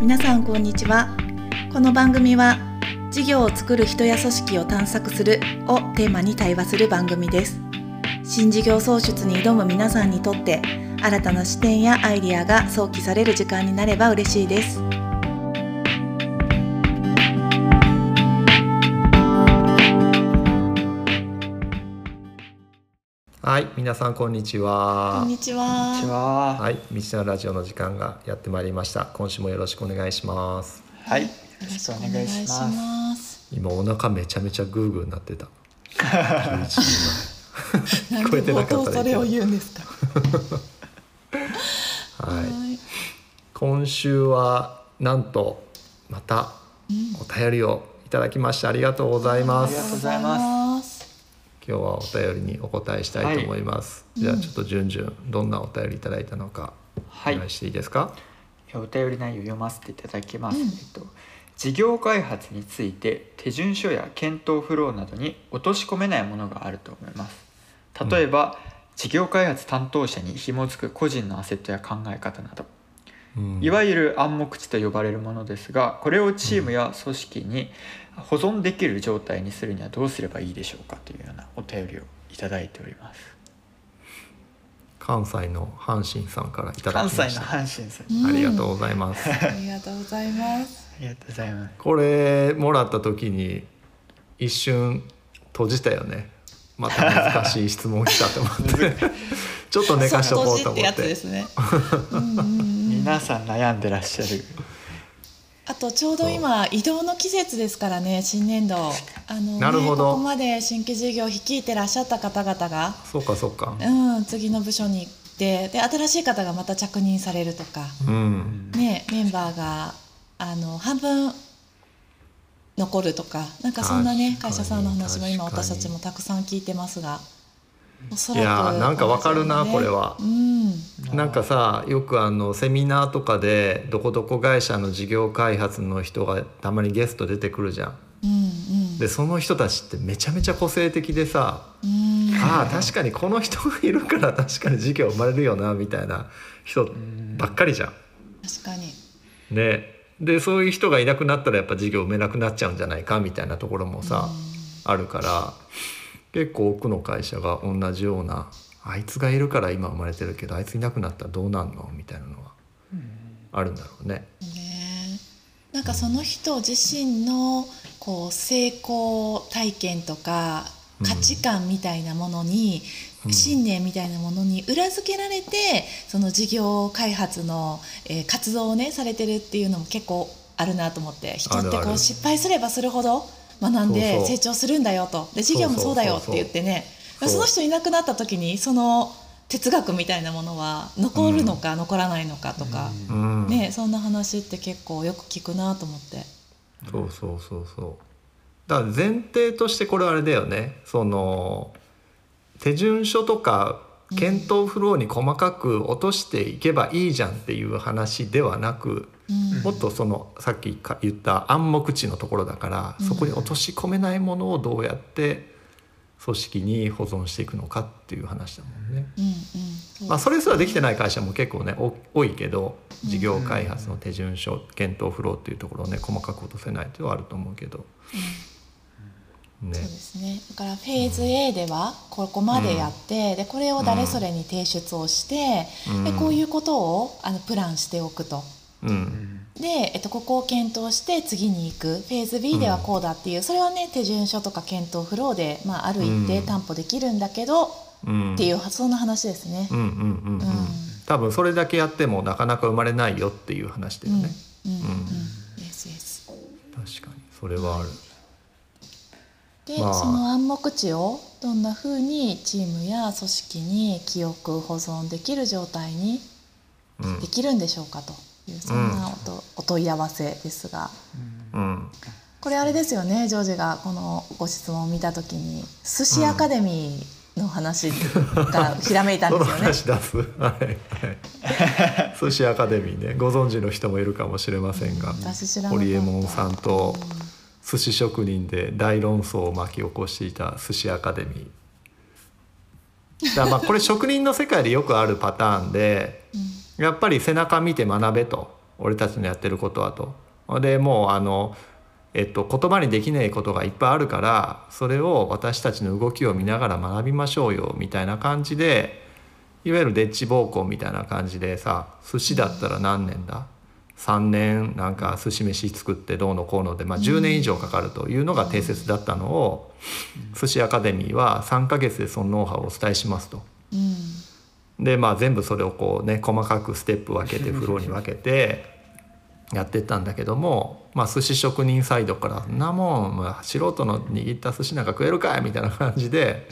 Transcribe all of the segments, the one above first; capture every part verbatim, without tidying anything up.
皆さんこんにちは。この番組は事業を作る人や組織を探索するをテーマに対話する番組です。新事業創出に挑む皆さんにとって新たな視点やアイディアが想起される時間になれば嬉しいです。 はい、皆さんこんにちは。 こんにちは。 こんにちは。 はい、道のラジオの時間がやってまいりました。今週もよろしくお願いします。 はい、よよろしくおろしくお願いし願いしまますす。 今お腹めちゃめちゃグーグーなってた。じゅういちじまえ聞こえてなかったらいいけど。 それを言うんですか。 はい。 はい今週はなんとまたお便りをいただきましてありがとうございまありがとうす。 ございま今日はお便りにお答えしたいと思います。 はいじゃあちょっと順々どんなお便りいただいたのかはいお願いしていいですか。 お便り内容を読ませていただきます、 うんえっと、事業開発について手順書や検討フローなどに落とし込めないものがあると思います。例えば、うん、事業開発担当者に紐づく個人のアセットや考え方など、うん、いわゆる暗黙知と呼ばれるものですが、これをチームや組織に保存できる状態にするにはどうすればいいでしょうかというようなお便りをいただいております。 関西の阪神さんからいただきました。 関西の阪神さん、 うんありがとうございます。 ありがとうございます。 ありがとうございます。 これもらった時に一瞬閉じたよね。また難しい質問来たと思ってちょっと寝かしとこうと思って。 ってやつですね。うんうんうん、 皆さん悩んでらっしゃる。 あとちょうど今移動の季節ですからね、新年度あの、ね、 なるほど。 ここまで新規事業を率いてらっしゃった方々がそうかそうか、 うん、次の部署に行ってで新しい方がまた着任されるとか、 うんね、メンバーがあの半分残るとか、なんかそんなね会社さんの話も今私たちもたくさん聞いてますが、おそらくいやなんかわかるな、 ね、 これは、 うん、 なんかさよくあのセミナーとかでどこどこ会社の事業開発の人がたまにゲスト出てくるじゃん、 うんうん、でその人たちってめちゃめちゃ個性的でさ、うん、ああ確かにこの人がいるから確かに事業生まれるよなみたいな人ばっかりじゃん。 確かにね、でそういう人がいなくなったらやっぱ事業埋めなくなっちゃうんじゃないかみたいなところもさ、うん、あるから結構多くの会社が同じような、あいつがいるから今生まれてるけどあいついなくなったらどうなんのみたいなのはあるんだろうね。 ね、なんかその人自身のこう成功体験とか価値観みたいなものに、うん、信念みたいなものに裏付けられてその事業開発の、えー、活動をねされてるっていうのも結構あるなと思って、人ってこう失敗すればするほど学んで成長するんだよと、で事業もそうだよって言ってね、その人いなくなった時にその哲学みたいなものは残るのか、うん、残らないのかとか、うんね、そんな話って結構よく聞くなと思って。 そうそうそうそう。だから前提としてこれはあれだよね、その手順書とか検討フローに細かく落としていけばいいじゃんっていう話ではなく、うん、もっとそのさっき言った暗黙知のところだから、うん、そこに落とし込めないものをどうやって組織に保存していくのかっていう話だもんね、うんうん、まあ、それすらできてない会社も結構ね多いけど、事業開発の手順書検討フローっていうところをね細かく落とせないっていうのはあると思うけど、 うんね、そうですね。だからフェーズ A ではここまでやって、うん、でこれを誰それに提出をして、うん、でこういうことをあのプランしておくと、うん、で、えっと、ここを検討して次に行くフェーズ B ではこうだっていう、それはね手順書とか検討フローで、まあ、ある一定担保できるんだけど、うん、っていうそんな話ですね。うんうんうんうん、 多分それだけやってもなかなか生まれないよっていう話だよね。 うんうんうんうん、yes, yes。 確かにそれはある。 で、まあ、その暗黙知をどんなふうにチームや組織に記憶保存できる状態にできるんでしょうかという、そんな お, と、うん、お問い合わせですが、うん、これあれですよね、ジョージがこのご質問を見た時に寿司アカデミーの話がひらめいたんですよね。 その話出す、はいはい、寿司アカデミーね、ご存知の人もいるかもしれませんが、うん、ホリエモンさんと、うん寿司職人で大論争を巻き起こしていた寿司アカデミーだ、まあこれ職人の世界でよくあるパターンで、うん、やっぱり背中見て学べと俺たちのやってることはと。でもうあの、えっと、言葉にできないことがいっぱいあるからそれを私たちの動きを見ながら学びましょうよみたいな感じで、いわゆるデッチ暴行みたいな感じでさ、寿司だったら何年ださんねんなんか寿司飯作ってどうのこうので、まあ、じゅうねん以上かかるというのが定説だったのを、寿司アカデミーはさんかげつでそのノウハウをお伝えしますと。でまあ全部それをこうね細かくステップ分けてフローに分けてやってったんだけども、まあ寿司職人サイドから「んなもん、まあ、素人の握った寿司なんか食えるかい」みたいな感じで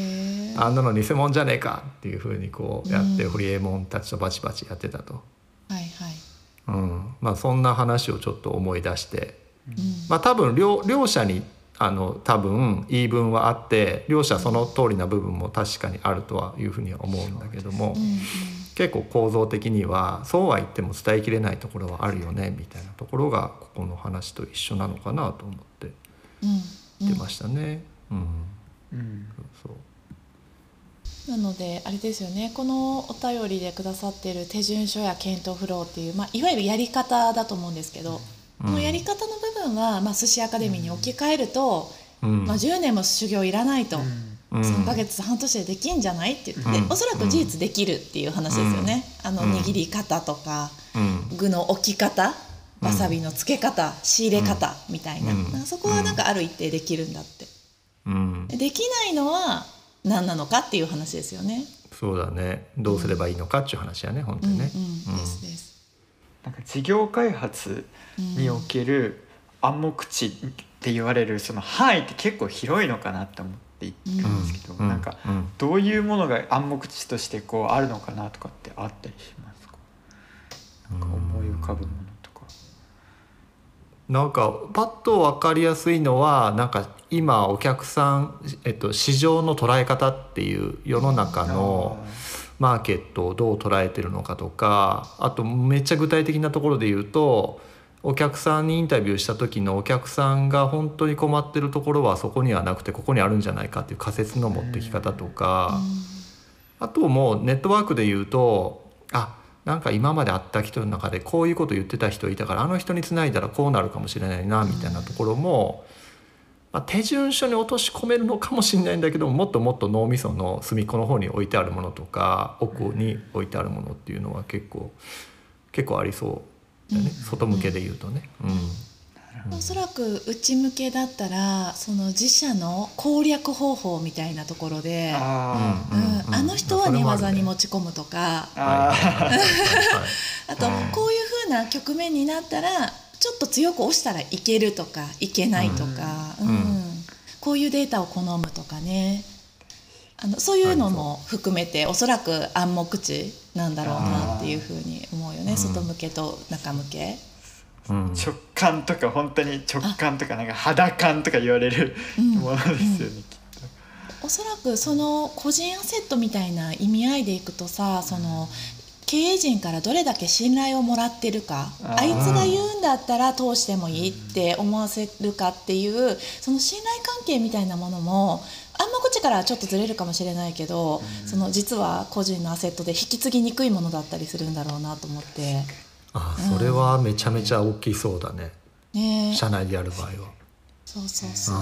「あんなの偽物じゃねえか」っていうふうにこうやって、ホリエモンたちとバチバチやってたと。 はいはい。 うんまあ、そんな話をちょっと思い出して、まあ、多分 両, 両者にあの多分言い分はあって両者その通りな部分も確かにあるとはいうふうには思うんだけども、結構構造的にはそうは言っても伝えきれないところはあるよねみたいなところがここの話と一緒なのかなと思って言ってましたね。うんうん、そうなのであれですよね、このお便りでくださっている手順書や検討フローっていう、まあ、いわゆるやり方だと思うんですけど、このやり方の部分は、まあ、寿司アカデミーに置き換えると、うんまあ、じゅうねんも修行いらないと、うん、さんかげつ半年でできんじゃないって言って、うん、おそらく事実できるっていう話ですよね、うん、あの握り方とか、うん、具の置き方、わさびのつけ方、仕入れ方みたいな、うん、そこはなんかある一定できるんだって、うん、できないのは何なのかっていう話ですよね。 そうだね、どうすればいいのかっていう話やね、うん、本当にね、うんうん、ですです。 なんか事業開発における暗黙知って言われるその範囲って結構広いのかなって思って言ってるんですけど、うん、なんかどういうものが暗黙知としてこうあるのかなとかってあったりしますか？なんか思い浮かぶものとか。 なんかパッと分かりやすいのはなんか今お客さん、えっと、市場の捉え方っていう世の中のマーケットをどう捉えてるのかとか、あとめっちゃ具体的なところで言うとお客さんにインタビューした時のお客さんが本当に困ってるところはそこにはなくてここにあるんじゃないかっていう仮説の持ってき方とか、あともうネットワークで言うとあなんか今まで会った人の中でこういうこと言ってた人いたからあの人につないだらこうなるかもしれないなみたいなところも、まあ、手順書に落とし込めるのかもしれないんだけどもっともっと脳みその隅っこの方に置いてあるものとか奥に置いてあるものっていうのは結構結構ありそうだね、うん、外向けで言うとね、うんおそらく内向けだったらその自社の攻略方法みたいなところで あ,、うんうん、あの人は寝技に持ち込むとか、あとこういう風な局面になったらちょっと強く押したらいけるとかいけないとか、うんうん、こういうデータを好むとかね、あのそういうのも含めておそらく暗黙知なんだろうなっていう風に思うよね、外向けと中向け。 うん、直感とか本当に直感とかなんか肌感とか言われるものですよね、うんうん、きっとおそらくその個人アセットみたいな意味合いでいくとさ、その経営陣からどれだけ信頼をもらってるか、 あ, あいつが言うんだったら通してもいいって思わせるかっていうその信頼関係みたいなものも暗黙知からちょっとずれるかもしれないけど、うん、その実は個人のアセットで引き継ぎにくいものだったりするんだろうなと思って。 ああそれはめちゃめちゃ大きそうだね、うん、ね社内でやる場合は。 そうそうそう、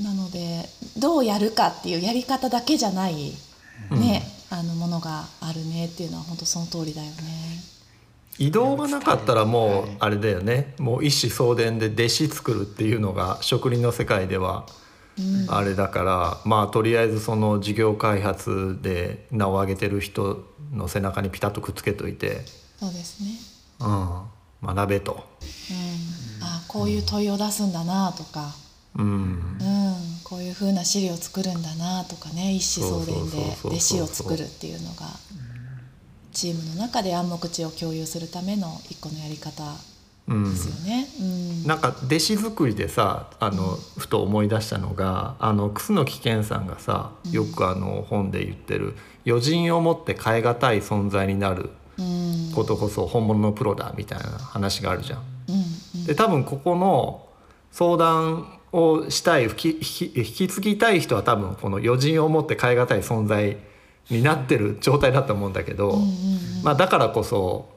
なのでどうやるかっていうやり方だけじゃない、ねうん、あのものがあるねっていうのは本当その通りだよね。 移動がなかったらもうあれだよね、もう一子相伝で弟子作るっていうのが職人の世界ではあれだから、うん、まあとりあえずその事業開発で名を上げてる人の背中にピタッとくっつけといて、 そうですね、 うん、学べと、 うん、あこういう問いを出すんだなとか、うんうん、こういう風な資料を作るんだなとかね、一子相伝で弟子を作るっていうのがチームの中で暗黙知を共有するための一個のやり方ですよね、うんうん、 なんか弟子作りでさあのふと思い出したのが、あの楠木健さんがさよくあの本で言ってる余人をもって変え難い存在になることこそ本物のプロだみたいな話があるじゃん、うんうん、で多分ここの相談をしたい引き、引き継ぎたい人は多分この余人をもって変え難い存在になってる状態だと思うんだけど、うんうんうんまあ、だからこそ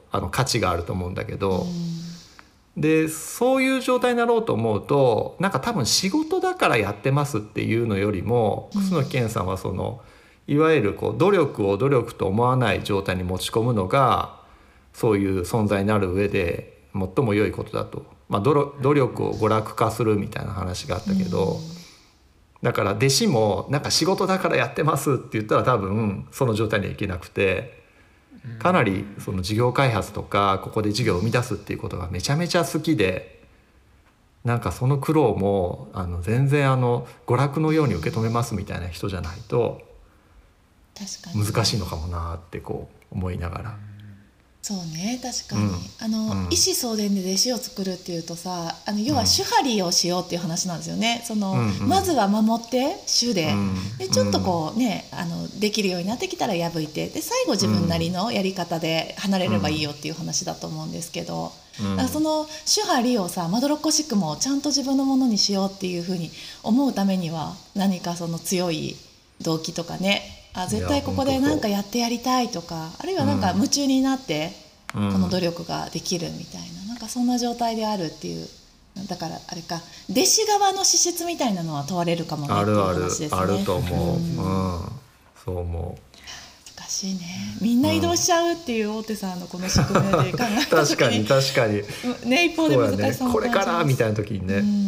あの価値があると思うんだけど、 うん、 でそういう状態になろうと思うとなんか多分仕事だからやってますっていうのよりも、 うん、 楠木健さんはそのいわゆるこう努力を努力と思わない状態に持ち込むのがそういう存在になる上で最も良いことだと、まあ、努努力を娯楽化するみたいな話があったけど、 うん、 だから弟子もなんか仕事だからやってますって言ったら多分その状態にはいけなくて、かなりその事業開発とかここで事業を生み出すっていうことがめちゃめちゃ好きで、なんかその苦労もあの全然あの娯楽のように受け止めますみたいな人じゃないと確かに難しいのかもなってこう思いながら。 そうね、確かに、 うんあの、 うん、 意思相伝で弟子を作るっていうとさ、あの要は主張りをしようっていう話なんですよね。その、 うんうん、 まずは守って主で、 うん、 でちょっとこうね、あのできるようになってきたら破いて、で最後自分なりのやり方で離れればいいよっていう話だと思うんですけど、うん、だからその主張りをさまどろっこしくもちゃんと自分のものにしようっていうふうに思うためには何かその強い動機とかね、あ絶対ここで何かやってやりたいとか、あるいはなんか夢中になって、うん、この努力ができるみたいな、なんかそんな状態であるっていう、だからあれか、弟子側の資質みたいなのは問われるかもねっていう話ですね。 あるあるあると思う、 うんうん、そう思う。 難しいね。みんな移動しちゃうっていう大手さんのこの宿命で考えた時に確かに確かにね、一方で難しさもこれからみたいな時にね、 うんうん、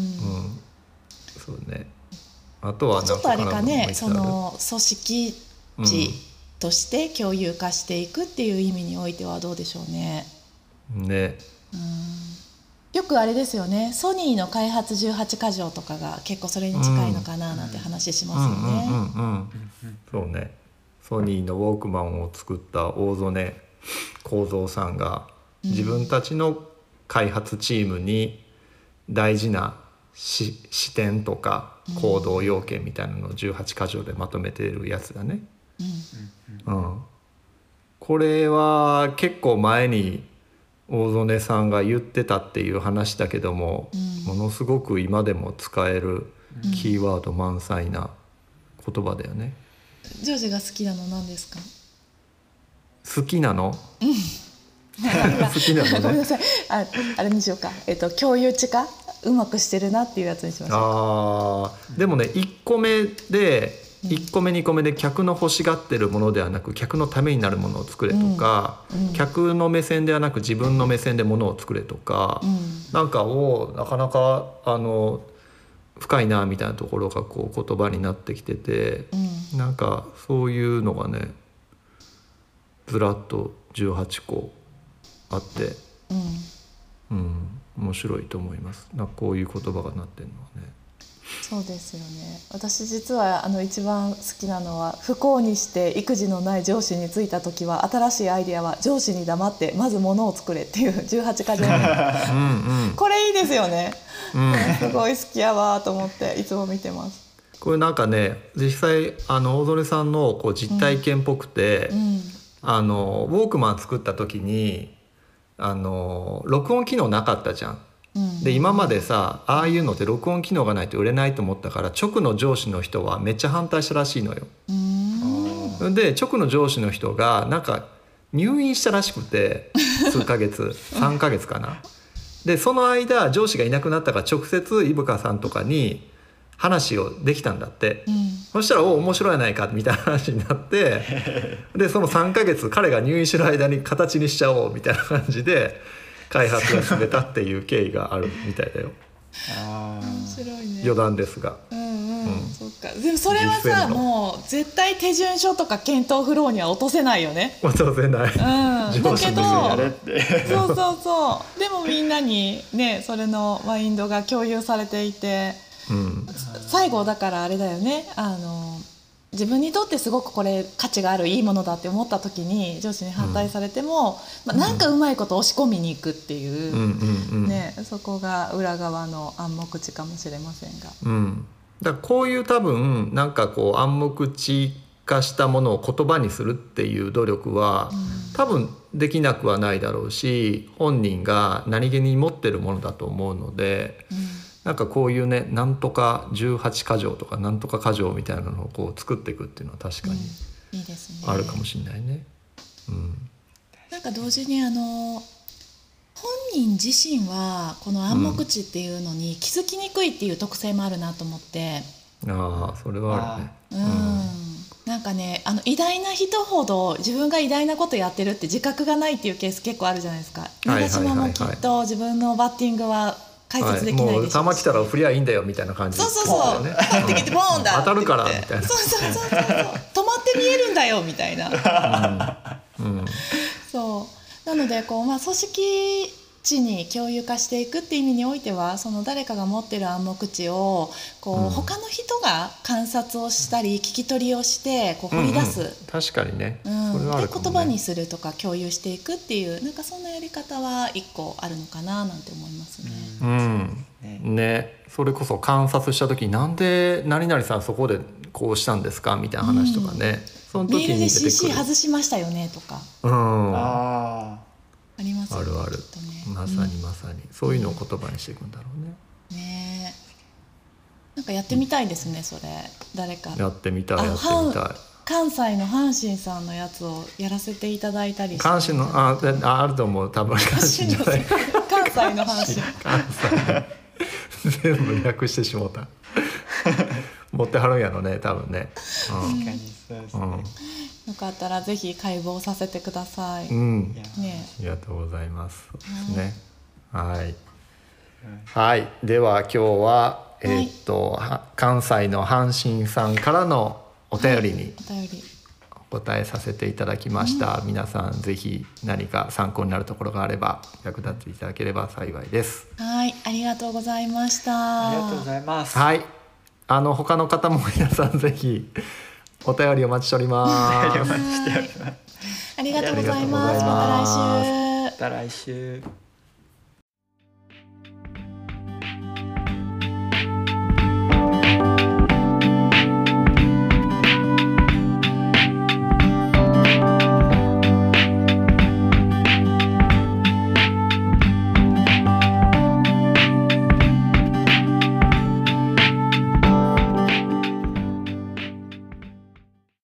そうね。あとはちょっとあれかね、そのの組織値として共有化していくっていう意味においてはどうでしょうね。 ね、 うん、よくあれですよね、ソニーの開発じゅうはちか条とかが結構それに近いのかななんて話しますよね。 そうね。ソニーのウォークマンを作った大曽根幸三さんが自分たちの開発チームに大事なし視点とか行動要件みたいなのをじゅうはちか条でまとめているやつだね。うんうん、これは結構前に大曽根さんが言ってたっていう話だけども、うん、ものすごく今でも使えるキーワード満載な言葉だよね。 ジョージが好きなの何ですか？ 好きなの？うん、好きなのね。 ごめんなさい。あ、あれにしようか。えっと共有値化うまくしてるなっていうやつにしましょう。 ああ、でもね、いっこめでいっこめにこめで客の欲しがってるものではなく客のためになるものを作れとか、うんうん、客の目線ではなく自分の目線でものを作れとか、うん、なんかをなかなかあの深いなみたいなところがこう言葉になってきてて、うん、なんかそういうのがねずらっとじゅうはちこあって、うんうん、面白いと思います。なんかこういう言葉がなってるのはね。 そうですよね。私実はあの一番好きなのは、不幸にして育児のない上司に就いた時は新しいアイデアは上司に黙ってまず物を作れっていうじゅうはちか条うん、これいいですよね、うん、すごい好きやわと思っていつも見てます。 これなんかね、実際あの大曽根さんのこう実体験っぽくて、うんうん、あのウォークマン作った時にあの録音機能なかったじゃん。で今までさ、ああいうのって録音機能がないと売れないと思ったから、直の上司の人はめっちゃ反対したらしいのよ。うんで直の上司の人がなんか入院したらしくて数ヶ月さんかげつかな。でその間上司がいなくなったから直接伊深さんとかに話をできたんだって、うん、そしたらお面白いやないかみたいな話になってでそのさんかげつ彼が入院してる間に形にしちゃおうみたいな感じで開発が進めたっていう経緯があるみたいだよ。 あ面白いね。 余談ですが、 うんうんうん、そっか。でもそれはさ、もう絶対手順書とか検討フローには落とせないよね。 落とせない、うん、 だけどそうそうそうでもみんなにねそれのマインドが共有されていて、うん、最後だからあれだよね、あの自分にとってすごくこれ価値があるいいものだって思った時に上司に反対されても、うんまあ、なんかうまいこと押し込みに行くっていう、うんね、そこが裏側の暗黙知かもしれませんが、 うん、だからこういう多分なんかこう暗黙知化したものを言葉にするっていう努力は、うん、多分できなくはないだろうし、本人が何気に持ってるものだと思うので、うんなんかこういうね、なんとかじゅうはちか条とかなんとかか条みたいなのをこう作っていくっていうのは確かにあるかもしれないね。うん、 なんかか同時にあの本人自身はこの暗黙知っていうのに気づきにくいっていう特性もあるなと思って、 ああそれはあるね。 うん、なんかねあの偉大な人ほど自分が偉大なことやってるって自覚がないっていうケース結構あるじゃないですか。長嶋もきっと自分のバッティングは解説できないでしょうし、 はい、もう球来たら振りゃいいんだよみたいな感じで、 そうそうそう、ね、入ってきてボーンだって当たるからみたいな、 そうそうそうそう止まって見えるんだよみたいな、うんうん、そうなのでこう、まあ、組織値に共有化していくっていう意味においてはその誰かが持ってる暗黙知をこう、うん、他の人が観察をしたり聞き取りをしてこう掘り出す、 うんうん、確かにね、 うん、 それはあるかもね。 で言葉にするとか共有していくっていうなんかそんなやり方は一個あるのかななんて思いますね。 うん、ね, ねそれこそ観察した時になんで何々さんそこでこうしたんですかみたいな話とかね、うん、その時に出てくるメールで シーシー 外しましたよねとか、 うん、 あありますよね。 あるある、ね、まさにまさに、うん、そういうのを言葉にしていくんだろうね。 ねなんかやってみたいですね、それ誰かやってみたいやってみたい。 関西の阪神さんのやつをやらせていただいたりして関西の あ, あ, あると思う多分関西じゃない関西の阪神関西全部略してしもうた持ってはるんやろね多分ね、 うん、確かにそうですね、うんよかったらぜひ解剖させてください。 うん、 ね、 ありがとうございます。そうですね。はい。はい。では今日は、えー、っと、はい、関西の阪神さんからのお便りにお答えさせていただきました。はい、皆さんぜひ何か参考になるところがあれば役立っていただければ幸いです。 はい。ありがとうございました。 ありがとうございます。 はい。あの他の方も皆さんぜひ。お便りお待ちしております。 ありがとうございます。また来週。 また来週。